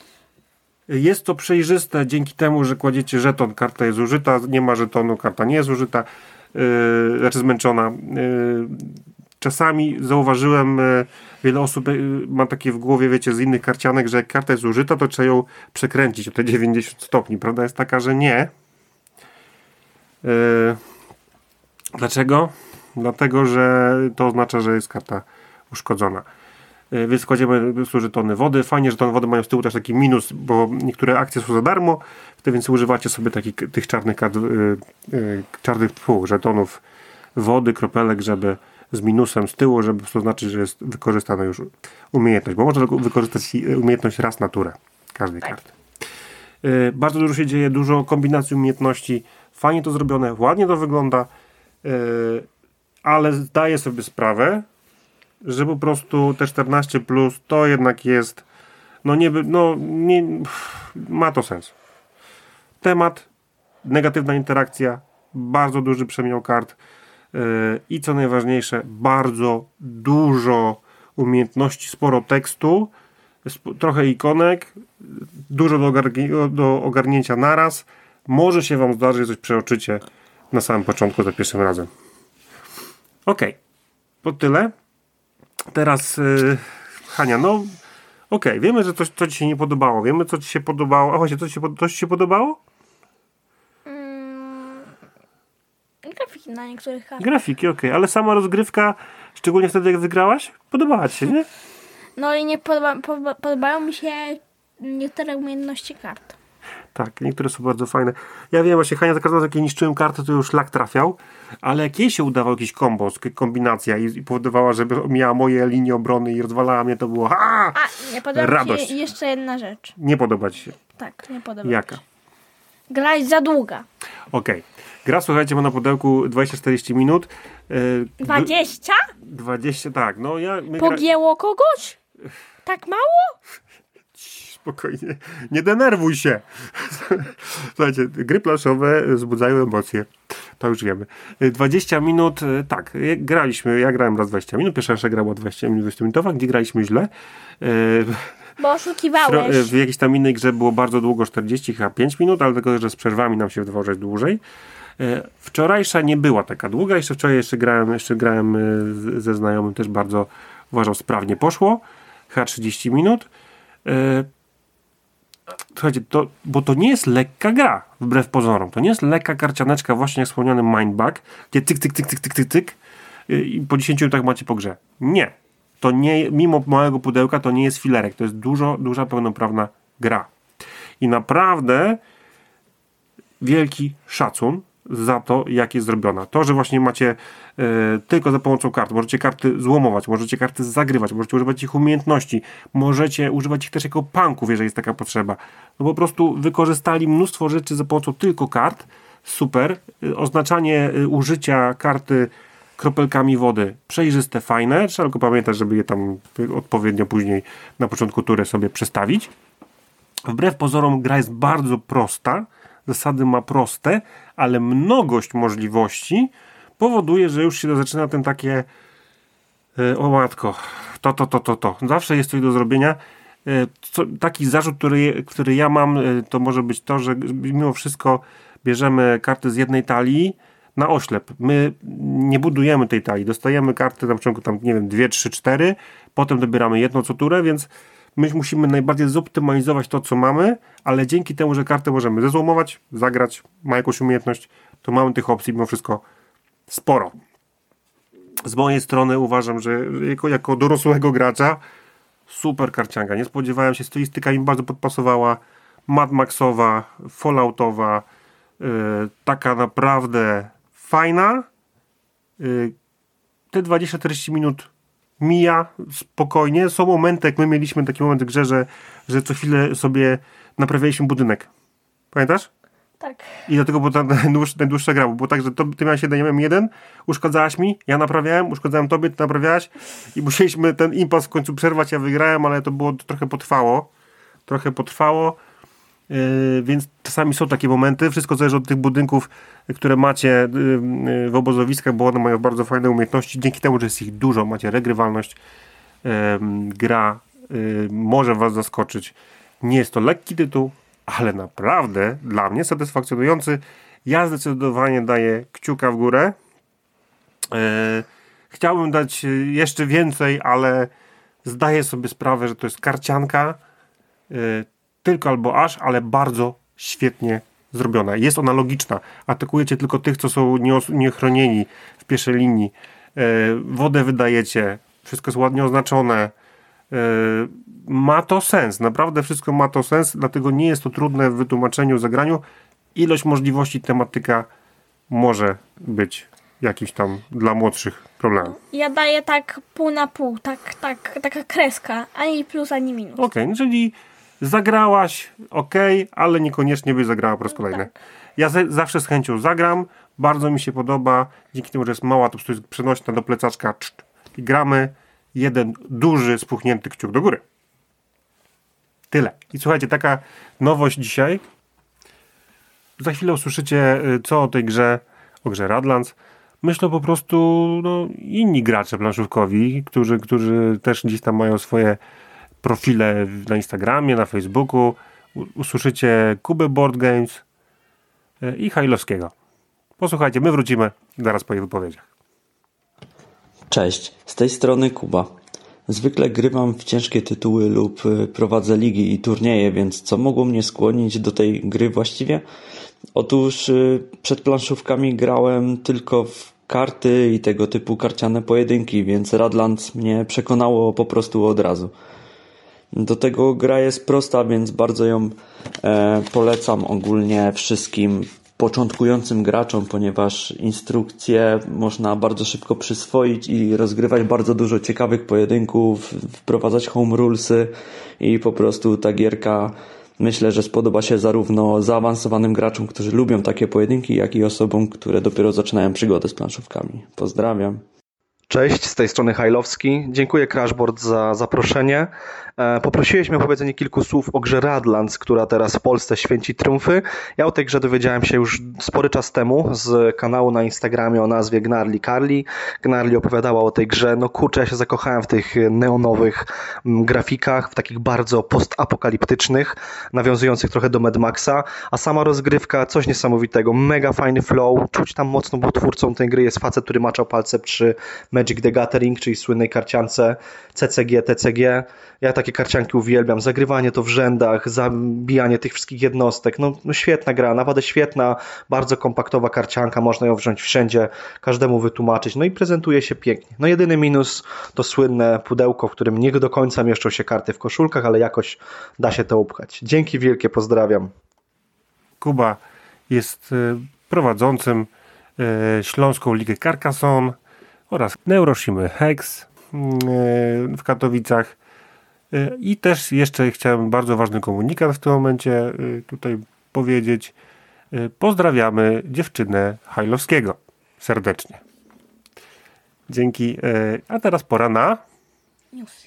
[SPEAKER 1] Jest to przejrzyste dzięki temu, że kładziecie żeton, karta jest zużyta, nie ma żetonu, karta nie jest zużyta, yy, znaczy zmęczona. Yy, czasami zauważyłem, yy, wiele osób yy, ma takie w głowie, wiecie, z innych karcianek, że jak karta jest zużyta, to trzeba ją przekręcić o te dziewięćdziesiąt stopni. Prawda jest taka, że nie. Yy, dlaczego? Dlatego, że to oznacza, że jest karta uszkodzona. Więc kładziemy żetony wody. Fajnie, że żetony wody mają z tyłu też taki minus, bo niektóre akcje są za darmo, wtedy więc używacie sobie takich, tych czarnych kart, yy, yy, czarnych fu, żetonów wody, kropelek, żeby z minusem z tyłu, żeby to znaczyć, że jest wykorzystana już umiejętność, bo można wykorzystać umiejętność raz na turę każdej karty. Yy, bardzo dużo się dzieje, dużo kombinacji umiejętności, fajnie to zrobione, ładnie to wygląda, yy, ale zdaję sobie sprawę, że po prostu te czternaście plus to jednak jest, no nie, no nie, ma to sens. Temat, negatywna interakcja, bardzo duży przemiał kart yy, i co najważniejsze, bardzo dużo umiejętności, sporo tekstu, sp- trochę ikonek, dużo do, ogarni- do ogarnięcia naraz. Może się wam zdarzyć, że coś przeoczycie na samym początku za pierwszym razem. Okej, okay. Po tyle. Teraz yy, Hania, no okej, okay, wiemy, że coś, co ci się nie podobało. Wiemy, co ci się podobało. A właśnie, co ci się, coś ci się podobało?
[SPEAKER 2] Mm, grafiki na niektórych kartach.
[SPEAKER 1] Grafiki, okej, okay. Ale sama rozgrywka, szczególnie wtedy, jak wygrałaś, podobała ci się, nie?
[SPEAKER 2] No i nie podoba, podoba, podobają mi się niektóre umiejętności kart.
[SPEAKER 1] Tak, niektóre są bardzo fajne. Ja wiem, właśnie Hania za każdym razem, jak niszczyłem kartę, to już szlak trafiał, ale jak jej się udawał jakiś kombo, kombinacja i, i powodowała, żeby miała moje linie obrony i rozwalała mnie, to było ha!
[SPEAKER 2] A, nie podoba
[SPEAKER 1] Radość.
[SPEAKER 2] mi się jeszcze jedna rzecz.
[SPEAKER 1] Nie podoba ci się.
[SPEAKER 2] Tak, nie podoba
[SPEAKER 1] Jaka?
[SPEAKER 2] mi się. Gra jest za długa.
[SPEAKER 1] Okej. Okay. Gra, słuchajcie, ma na pudełku dwadzieścia czterdzieści minut. Yy,
[SPEAKER 2] dwadzieścia?
[SPEAKER 1] dwadzieścia, tak. No, ja, my
[SPEAKER 2] Pogięło gra... kogoś? Tak mało?
[SPEAKER 1] Spokojnie. Nie denerwuj się. Słuchajcie, gry planszowe wzbudzają emocje. To już wiemy. dwadzieścia minut, tak, graliśmy, ja grałem raz dwadzieścia minut, pierwsza nasza gra była dwadzieścia minut, dwadzieścia minutowa, gdzie graliśmy źle.
[SPEAKER 2] Bo oszukiwałeś.
[SPEAKER 1] W jakiejś tam innej grze było bardzo długo, czterdzieści chyba pięć minut, ale tylko, że z przerwami nam się wydawało, że jest dłużej. Wczorajsza nie była taka długa, jeszcze wczoraj jeszcze grałem, jeszcze grałem ze znajomym, też bardzo uważał, sprawnie poszło. Chyba trzydzieści minut. Słuchajcie, to, bo to nie jest lekka gra, wbrew pozorom. To nie jest lekka karcianeczka, właśnie jak wspomniany Mindbug, gdzie cyk, cyk, cyk, cyk, cyk, cyk, cyk i po dziesięciu minutach macie po grze. Nie. To nie, mimo małego pudełka, to nie jest filerek. To jest dużo, duża, pełnoprawna gra. I naprawdę wielki szacun za to, jak jest zrobiona. To, że właśnie macie e, tylko za pomocą kart, możecie karty złomować, możecie karty zagrywać, możecie używać ich umiejętności, możecie używać ich też jako punków, jeżeli jest taka potrzeba. No po prostu wykorzystali mnóstwo rzeczy za pomocą tylko kart. Super. E, oznaczanie e, użycia karty kropelkami wody przejrzyste, fajne. Trzeba tylko pamiętać, żeby je tam odpowiednio później na początku tury sobie przestawić. Wbrew pozorom gra jest bardzo prosta. Zasady ma proste, ale mnogość możliwości powoduje, że już się zaczyna ten takie e, o matko, to, to, to, to, to. Zawsze jest coś do zrobienia. E, co, taki zarzut, który, który ja mam, e, to może być to, że mimo wszystko bierzemy karty z jednej talii na oślep. My nie budujemy tej talii. Dostajemy karty na początku tam, nie wiem, dwie, trzy, cztery, potem dobieramy jedną co turę, więc my musimy najbardziej zoptymalizować to, co mamy, ale dzięki temu, że kartę możemy zezłomować, zagrać, ma jakąś umiejętność, to mamy tych opcji mimo wszystko sporo. Z mojej strony uważam, że jako, jako dorosłego gracza super karcianka. Nie spodziewałem się, stylistyka mi bardzo podpasowała. Mad Maxowa, Falloutowa, yy, taka naprawdę fajna. Yy, te dwadzieścia czterdzieści minut mija spokojnie. Są momenty, jak my mieliśmy taki moment w grze, że, że co chwilę sobie naprawialiśmy budynek. Pamiętasz?
[SPEAKER 2] Tak.
[SPEAKER 1] I dlatego była ta najdłuższa, najdłuższa gra. Bo było tak, że to, ty miałeś jeden, ja miałem jeden, uszkadzałaś mi, ja naprawiałem, uszkadzałem tobie, ty naprawiałaś i musieliśmy ten impas w końcu przerwać, ja wygrałem, ale to było, to trochę potrwało. Trochę potrwało. Yy, więc czasami są takie momenty. Wszystko zależy od tych budynków, które macie yy, w obozowiskach, bo one mają bardzo fajne umiejętności. Dzięki temu, że jest ich dużo, macie regrywalność. Yy, gra yy, może was zaskoczyć. Nie jest to lekki tytuł, ale naprawdę dla mnie satysfakcjonujący. Ja zdecydowanie daję kciuka w górę. Yy, chciałbym dać jeszcze więcej, ale zdaję sobie sprawę, że to jest karcianka. Yy, tylko albo aż, ale bardzo świetnie zrobiona. Jest ona logiczna. Atakujecie tylko tych, co są nieochronieni w pierwszej linii. E, wodę wydajecie. Wszystko jest ładnie oznaczone. E, ma to sens. Naprawdę wszystko ma to sens, dlatego nie jest to trudne w wytłumaczeniu, zagraniu. Ilość możliwości, tematyka może być jakimś tam dla młodszych problemem.
[SPEAKER 2] Ja daję tak pół na pół. Tak, tak, taka kreska. Ani plus, ani minus.
[SPEAKER 1] Okej, okay, czyli zagrałaś, okej, okay, ale niekoniecznie byś zagrała po raz kolejny. Tak. Ja z, zawsze z chęcią zagram, bardzo mi się podoba, dzięki temu, że jest mała, to po prostu jest przenośna do plecaczka czt, i gramy jeden duży, spuchnięty kciuk do góry. Tyle. I słuchajcie, taka nowość dzisiaj. Za chwilę usłyszycie, co o tej grze, o grze Radlands. Myślę po prostu no, inni gracze planszówkowi, którzy, którzy też gdzieś tam mają swoje profile na Instagramie, na Facebooku. Usłyszycie Kubę Board Games i Hajlowskiego. Posłuchajcie, my wrócimy zaraz po ich wypowiedziach.
[SPEAKER 3] Cześć, z tej strony Kuba. Zwykle grywam w ciężkie tytuły lub prowadzę ligi i turnieje, więc co mogło mnie skłonić do tej gry właściwie? Otóż przed planszówkami grałem tylko w karty i tego typu karciane pojedynki, więc Radlands mnie przekonało po prostu od razu. Do tego gra jest prosta, więc bardzo ją e, polecam ogólnie wszystkim początkującym graczom, ponieważ instrukcje można bardzo szybko przyswoić i rozgrywać bardzo dużo ciekawych pojedynków, wprowadzać home rulesy i po prostu ta gierka myślę, że spodoba się zarówno zaawansowanym graczom, którzy lubią takie pojedynki, jak i osobom, które dopiero zaczynają przygodę z planszówkami. Pozdrawiam.
[SPEAKER 4] Cześć, z tej strony Hajlowski. Dziękuję Crashboard za zaproszenie. Poprosiłeś mnie o powiedzenie kilku słów o grze Radlands, która teraz w Polsce święci triumfy. Ja o tej grze dowiedziałem się już spory czas temu z kanału na Instagramie o nazwie Gnarly Carly. Gnarly opowiadała o tej grze. No kurczę, ja się zakochałem w tych neonowych grafikach, w takich bardzo postapokaliptycznych, nawiązujących trochę do Mad Maxa, a sama rozgrywka coś niesamowitego. Mega fajny flow, czuć tam mocno, bo twórcą tej gry jest facet, który maczał palce przy Magic the Gathering, czyli słynnej karciance C C G, T C G. Ja takie karcianki uwielbiam. Zagrywanie to w rzędach, zabijanie tych wszystkich jednostek. No, no świetna gra, naprawdę świetna, bardzo kompaktowa karcianka. Można ją wziąć wszędzie, każdemu wytłumaczyć. No i prezentuje się pięknie. No jedyny minus to słynne pudełko, w którym nie do końca mieszczą się karty w koszulkach, ale jakoś da się to upchać. Dzięki wielkie, pozdrawiam.
[SPEAKER 1] Kuba jest prowadzącym Śląską Ligę Carcassonne oraz Neuroshimy Hex w Katowicach. I też jeszcze chciałem bardzo ważny komunikat w tym momencie tutaj powiedzieć. Pozdrawiamy dziewczynę Hajlowskiego serdecznie. Dzięki. A teraz pora na
[SPEAKER 2] Newsy.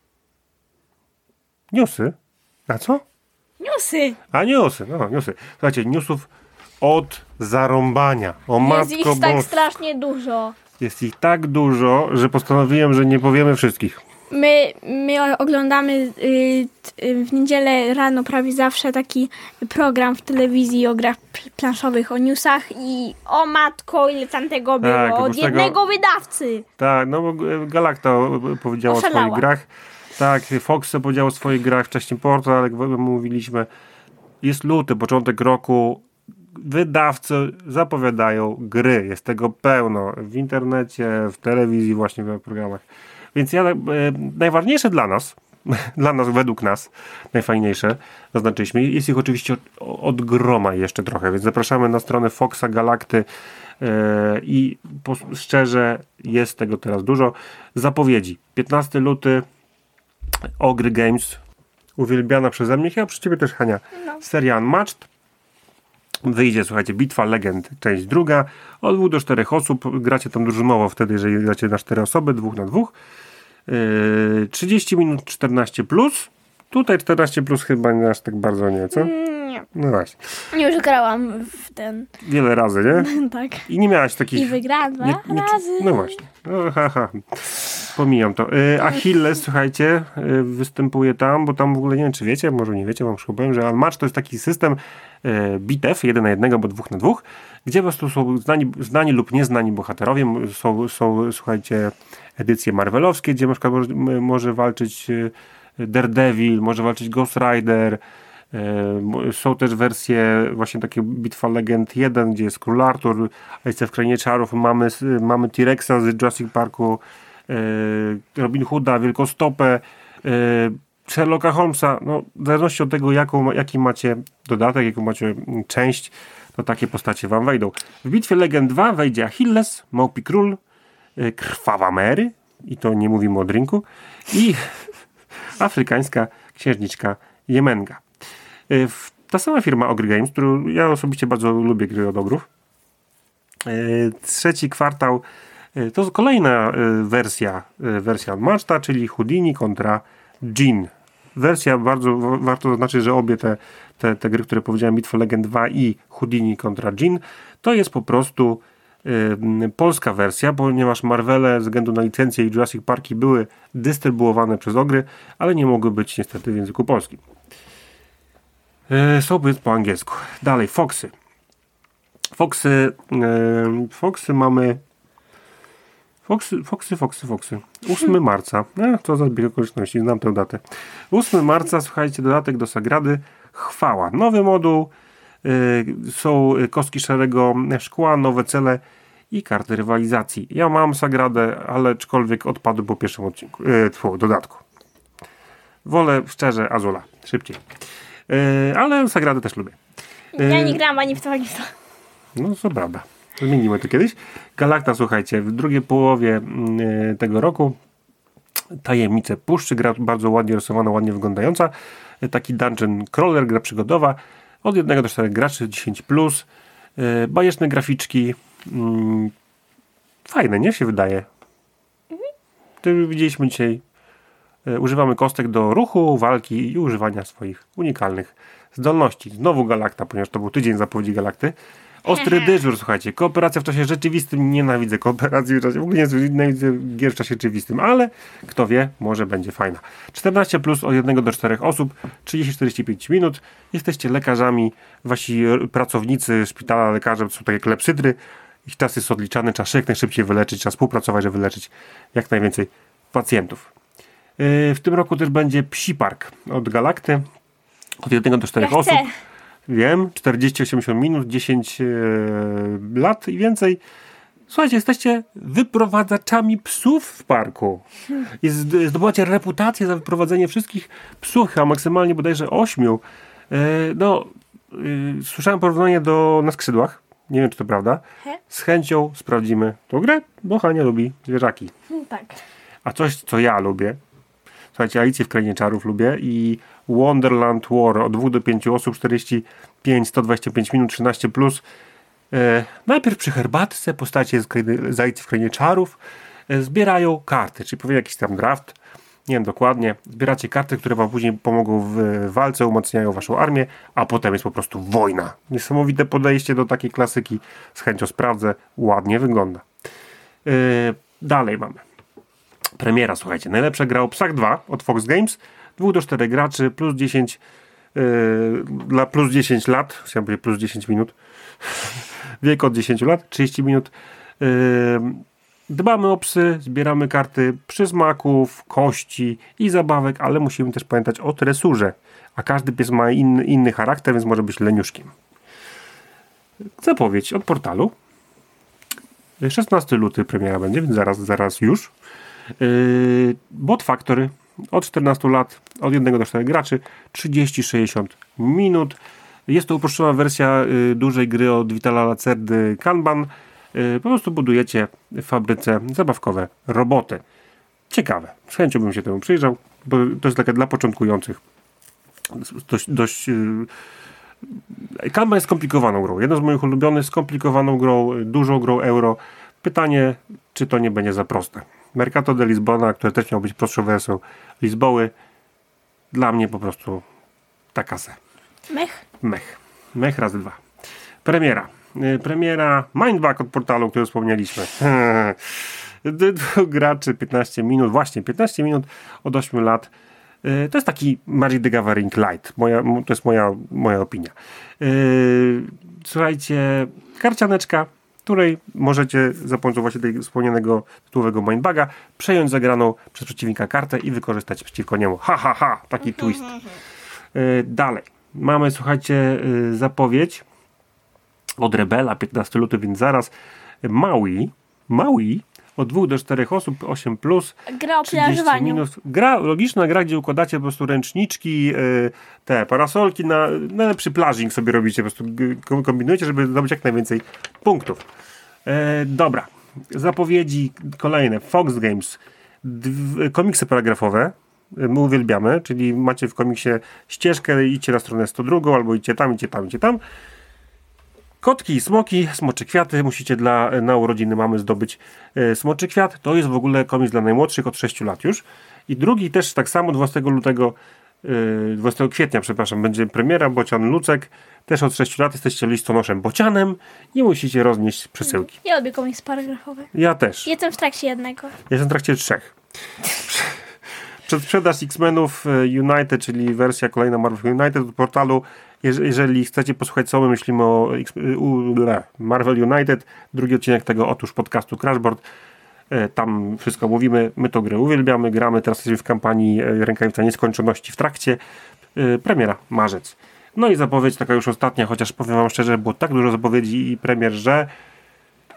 [SPEAKER 1] Newsy? Na co?
[SPEAKER 2] Newsy.
[SPEAKER 1] A newsy, no newsy. Słuchajcie, newsów od zarąbania. O
[SPEAKER 2] Jest
[SPEAKER 1] matko
[SPEAKER 2] ich tak
[SPEAKER 1] bos...
[SPEAKER 2] strasznie dużo.
[SPEAKER 1] Jest ich tak dużo, że postanowiłem, że nie powiemy wszystkich.
[SPEAKER 2] My, my oglądamy y, y, w niedzielę rano prawie zawsze taki program w telewizji o grach planszowych, o newsach i o matko, ile tam tego było,
[SPEAKER 1] Tak,
[SPEAKER 2] od
[SPEAKER 1] bo z tego-
[SPEAKER 2] jednego wydawcy.
[SPEAKER 1] Tak, no bo Galacta powiedziała o
[SPEAKER 2] Oszalała.
[SPEAKER 1] swoich grach. Tak, Fox powiedział o swoich grach, wcześniej Portal, jak mówiliśmy. Jest luty, początek roku. Wydawcy zapowiadają gry. Jest tego pełno w internecie, w telewizji, właśnie w programach. Więc ja, e, najważniejsze dla nas, dla nas, według nas, najfajniejsze, zaznaczyliśmy. Jest ich oczywiście od, od groma jeszcze trochę, więc zapraszamy na stronę Foxa, Galakty e, i po, szczerze jest tego teraz dużo. Zapowiedzi. piętnastego lutego Ogry Games, uwielbiana przeze mnie, chyba przy ciebie też, Hania,
[SPEAKER 2] No.
[SPEAKER 1] seria Unmatched. Wyjdzie, słuchajcie, Bitwa Legend, część druga, od dwóch do czterech osób, gracie tam drużynowo wtedy, jeżeli gracie na cztery osoby, dwóch na dwóch. Yy, trzydzieści minut czternaście plus. Tutaj czternaście plus chyba nie aż tak bardzo nie, co?
[SPEAKER 2] Nie,
[SPEAKER 1] No właśnie.
[SPEAKER 2] nie już grałam w ten,
[SPEAKER 1] Wiele razy, nie?
[SPEAKER 2] tak.
[SPEAKER 1] I nie miałaś takich...
[SPEAKER 2] I wygrałam dwa
[SPEAKER 1] nie, nie,
[SPEAKER 2] razy.
[SPEAKER 1] No właśnie. No, ha, ha. Pomijam to. Yy, Achilles, słuchajcie, yy, występuje tam, bo tam w ogóle nie wiem, czy wiecie, może nie wiecie, wam już powiem, że Unmatched to jest taki system yy, bitew, jeden na jednego, bo dwóch na dwóch, gdzie po prostu są znani, znani lub nieznani bohaterowie. Są, są, słuchajcie, edycje marvelowskie, gdzie na przykład może, może walczyć yy, Daredevil, może walczyć Ghost Rider. Yy, są też wersje właśnie takie Bitwa Legend jeden, gdzie jest Król Artur, a jest w Krainie Czarów mamy, mamy T-Rexa z Jurassic Parku, yy, Robin Hooda, Wielkostopę, yy, Sherlocka Holmesa. No, w zależności od tego, jaką, jaki macie dodatek, jaką macie część, to takie postacie wam wejdą. W Bitwie Legend dwa wejdzie Achilles, Małpi Król, yy, Krwawa Mary, i to nie mówimy o drinku, i afrykańska księżniczka Jemenga. Ta sama firma Ogry Games, którą ja osobiście bardzo lubię gry od ogrów. Trzeci kwartał to kolejna wersja wersja Unmatcheda, czyli Houdini kontra Djinn. Wersja, bardzo warto zaznaczyć, że obie te, te, te gry, które powiedziałem, Bitwa Legend dwa i Houdini kontra Djinn, to jest po prostu y, polska wersja, ponieważ Marvele ze względu na licencję i Jurassic Parki były dystrybuowane przez Ogry, ale nie mogły być niestety w języku polskim. Są więc po angielsku. Dalej, Foxy. Foxy, yy, Foxy mamy Foxy, Foxy, Foxy, Foxy. ósmego marca. E, co za zbieg okoliczności, znam tę datę. ósmego marca, słuchajcie, dodatek do Sagrady. Chwała. Nowy moduł. Yy, są kostki szarego szkła, nowe cele i karty rywalizacji. Ja mam Sagradę, ale aczkolwiek odpadł po pierwszym odcinku. Yy, tfu, dodatku. Wolę szczerze Azula, szybciej. Yy, ale Sagrady też lubię. Yy,
[SPEAKER 2] Ja nie grałam ani w to, ani w to.
[SPEAKER 1] No to prawda. Zmienimy to kiedyś. Galacta, słuchajcie, w drugiej połowie yy, tego roku Tajemnice Puszczy, gra bardzo ładnie rysowana, ładnie wyglądająca. Yy, taki dungeon crawler, gra przygodowa. Od jednego do czterech graczy, dziesięć plus. Yy, bajeczne graficzki. Yy, fajne, nie? Się wydaje. Mhm. Widzieliśmy dzisiaj. Yy, używamy kostek do ruchu, walki i używania swoich unikalnych zdolności. Znowu Galakta, ponieważ to był tydzień zapowiedzi Galakty. Ostry dyżur, słuchajcie. Kooperacja w czasie rzeczywistym. Nienawidzę kooperacji w czasie. W ogóle nie nienawidzę gier w czasie rzeczywistym, ale kto wie, może będzie fajna. czternaście plus od jednego do czterech osób, trzydzieści do czterdziestu pięciu minut. Jesteście lekarzami, wasi pracownicy szpitala, lekarze, to są takie klepsydry. Ich czas jest odliczany, trzeba się jak najszybciej wyleczyć, trzeba współpracować, żeby wyleczyć jak najwięcej pacjentów. Yy, w tym roku też będzie Psi Park od Galakty. Od jednego do czterech
[SPEAKER 2] Ja
[SPEAKER 1] osób.
[SPEAKER 2] chcę.
[SPEAKER 1] Wiem, czterdzieści do osiemdziesięciu minut, dziesięć e, lat i więcej. Słuchajcie, jesteście wyprowadzaczami psów w parku. I zd- zdobywacie reputację za wyprowadzenie wszystkich psów, a maksymalnie bodajże ośmiu. E, no, e, słyszałem porównanie do Na skrzydłach. Nie wiem, czy to prawda.
[SPEAKER 2] He?
[SPEAKER 1] Z chęcią sprawdzimy tą grę, bo Hania lubi zwierzaki.
[SPEAKER 2] Hmm, tak.
[SPEAKER 1] A coś, co ja lubię. Słuchajcie, Alicję w Krainie Czarów lubię i Wonderland War od dwóch do pięciu osób, czterdzieści pięć, sto dwadzieścia pięć minut, trzynaście plus. E, najpierw przy herbatce postacie z, krainy, z Alicji w Krainie Czarów e, zbierają karty, czyli powie jakiś tam draft, nie wiem dokładnie. Zbieracie karty, które wam później pomogą w walce, umacniają waszą armię, a potem jest po prostu wojna. Niesamowite podejście do takiej klasyki. Z chęcią sprawdzę. Ładnie wygląda. E, dalej mamy. Premiera, słuchajcie, najlepsza gra o Psach dwa od Fox Games, dwóch do czterech graczy, plus dziesięć yy, dla plus dziesięć lat, chciałem powiedzieć plus dziesięć minut, wiek od dziesięciu lat, trzydzieści minut. Yy, dbamy o psy, zbieramy karty przysmaków, kości i zabawek, ale musimy też pamiętać o tresurze, a każdy pies ma inny, inny charakter, więc może być leniuszkiem. Zapowiedź od portalu. szesnastego lutego premiera będzie, więc zaraz, zaraz już. Yy, Bot Factory od czternastu lat, od jednego do czterech graczy, trzydzieści do sześćdziesięciu minut. Jest to uproszczona wersja y, dużej gry od Vitala Lacerdy Kanban. Y, po prostu budujecie w fabryce zabawkowe roboty. Ciekawe. Z chęcią bym się temu przyjrzał, bo to jest takie dla początkujących. Dość, dość y, Kanban jest skomplikowaną grą. Jedną z moich ulubionych, skomplikowaną grą, dużą grą euro. Pytanie, czy to nie będzie za proste. Mercato de Lisbona, które też miało być prostszą wersją Lizboły, dla mnie po prostu taka se.
[SPEAKER 2] Mech.
[SPEAKER 1] Mech. Mech razy dwa. Premiera. Yy, premiera Mindback od portalu, o którym wspomnieliśmy. Dwóch graczy, piętnaście minut. Właśnie, piętnaście minut od ośmiu lat. Yy, to jest taki Magic the Gathering Light. Moja, to jest moja, moja opinia. Yy, słuchajcie, karcianeczka, której możecie za pomocą właśnie tego wspomnianego tytułowego Mindbaga przejąć zagraną przez przeciwnika kartę i wykorzystać przeciwko niemu. Ha, ha, ha! Taki twist. Yy, dalej. Mamy, słuchajcie, yy, zapowiedź od Rebela, piętnastego lutego, więc zaraz. Maui, Maui od dwóch do czterech osób, osiem plus.
[SPEAKER 2] Gra o
[SPEAKER 1] trzydzieści
[SPEAKER 2] plażowaniu.
[SPEAKER 1] minut. Gra, logiczna gra, gdzie układacie po prostu ręczniczki, yy, te parasolki, na najlepszy plażing sobie robicie, po prostu g- kombinujecie, żeby zdobyć jak najwięcej punktów. Yy, dobra. Zapowiedzi kolejne. Fox Games. Dw- komiksy paragrafowe. My uwielbiamy, czyli macie w komiksie ścieżkę, idźcie na stronę sto dwa, albo idźcie tam, idźcie tam, idźcie tam. Kotki i smoki, smocze kwiaty. Musicie dla, na urodziny mamy zdobyć e, smoczy kwiat. To jest w ogóle komiks dla najmłodszych od sześciu lat już. I drugi też tak samo dwudziestego lutego, e, dwudziestego kwietnia, przepraszam, będzie premiera. Bocian Lucek. Też od sześciu lat jesteście listonoszem bocianem i musicie roznieść przesyłki.
[SPEAKER 2] Ja lubię komiks paragrafowy.
[SPEAKER 1] Ja też.
[SPEAKER 2] Jestem w trakcie jednego.
[SPEAKER 1] Jestem w trakcie trzech. Przedsprzedaż X-Menów United, czyli wersja kolejna Marvel United od portalu. Jeżeli chcecie posłuchać, co my myślimy o Marvel United, drugi odcinek tego otóż podcastu Crashboard. Tam wszystko mówimy. My tą grę uwielbiamy, gramy. Teraz jesteśmy w kampanii Rękawica Nieskończoności w trakcie. Premiera marzec. No i zapowiedź taka już ostatnia, chociaż powiem wam szczerze, było tak dużo zapowiedzi i premier, że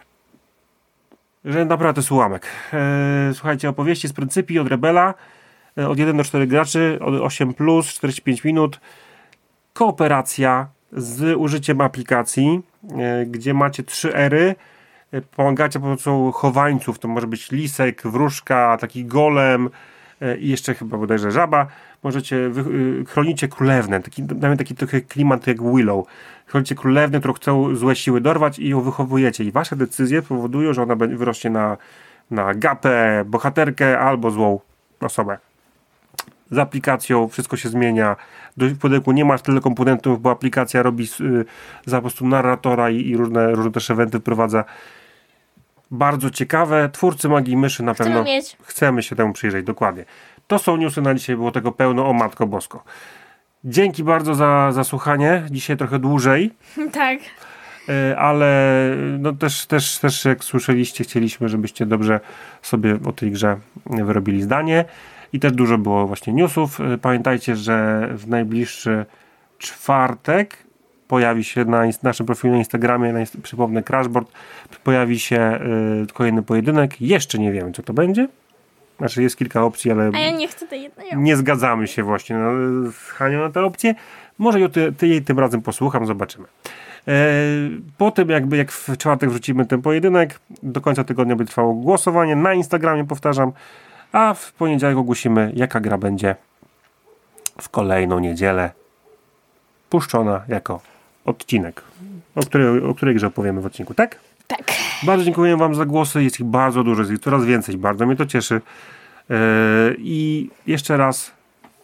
[SPEAKER 1] że naprawdę to jest ułamek. Słuchajcie, opowieści z Pryncypii od Rebela. od jeden do czterech graczy, od osiem plus, czterdzieści pięć minut. Kooperacja z użyciem aplikacji, gdzie macie trzy ery. Pomagacie po prostu chowańców, to może być lisek, wróżka, taki golem i jeszcze chyba bodajże żaba. Możecie, wy, chronicie królewnę, taki, nawet taki trochę klimat jak Willow. Chronicie królewnę, którą chcą złe siły dorwać i ją wychowujecie. I wasze decyzje powodują, że ona wyrośnie na, na gapę, bohaterkę albo złą osobę. Z aplikacją wszystko się zmienia. Do pudełku nie masz tyle komponentów, bo aplikacja robi y, za po prostu narratora i, i różne, różne też eventy wprowadza. Bardzo ciekawe. Twórcy Magii Myszy na
[SPEAKER 2] Chcemy
[SPEAKER 1] pewno
[SPEAKER 2] mieć.
[SPEAKER 1] chcemy się temu przyjrzeć, dokładnie. To są newsy na dzisiaj, było tego pełno, o Matko Bosko. Dzięki bardzo za, za słuchanie. Dzisiaj trochę dłużej,
[SPEAKER 2] Tak.
[SPEAKER 1] y, ale no też, też, też jak słyszeliście, chcieliśmy, żebyście dobrze sobie o tej grze wyrobili zdanie. I też dużo było właśnie newsów. Pamiętajcie, że w najbliższy czwartek pojawi się na naszym profilu na Instagramie, na, przypomnę, Crashboard, pojawi się y, kolejny pojedynek. Jeszcze nie wiemy, co to będzie. Znaczy jest kilka opcji, ale
[SPEAKER 2] A ja nie chcę tej jednej opcji.
[SPEAKER 1] nie zgadzamy się właśnie no, z Hanią na tę opcję. Może ją ty, ty jej tym razem posłucham, zobaczymy. E, po tym jakby jak w czwartek wrzucimy ten pojedynek, do końca tygodnia będzie trwało głosowanie na Instagramie, powtarzam. A w poniedziałek ogłosimy, jaka gra będzie w kolejną niedzielę puszczona jako odcinek, o której, o której grze opowiemy w odcinku, tak?
[SPEAKER 2] Tak.
[SPEAKER 1] Bardzo dziękuję wam za głosy, jest ich bardzo dużo, jest ich coraz więcej, bardzo mnie to cieszy. Yy, I jeszcze raz,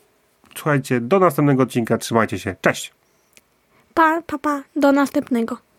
[SPEAKER 1] słuchajcie, do następnego odcinka, trzymajcie się, cześć!
[SPEAKER 2] Pa, pa, pa. Do następnego.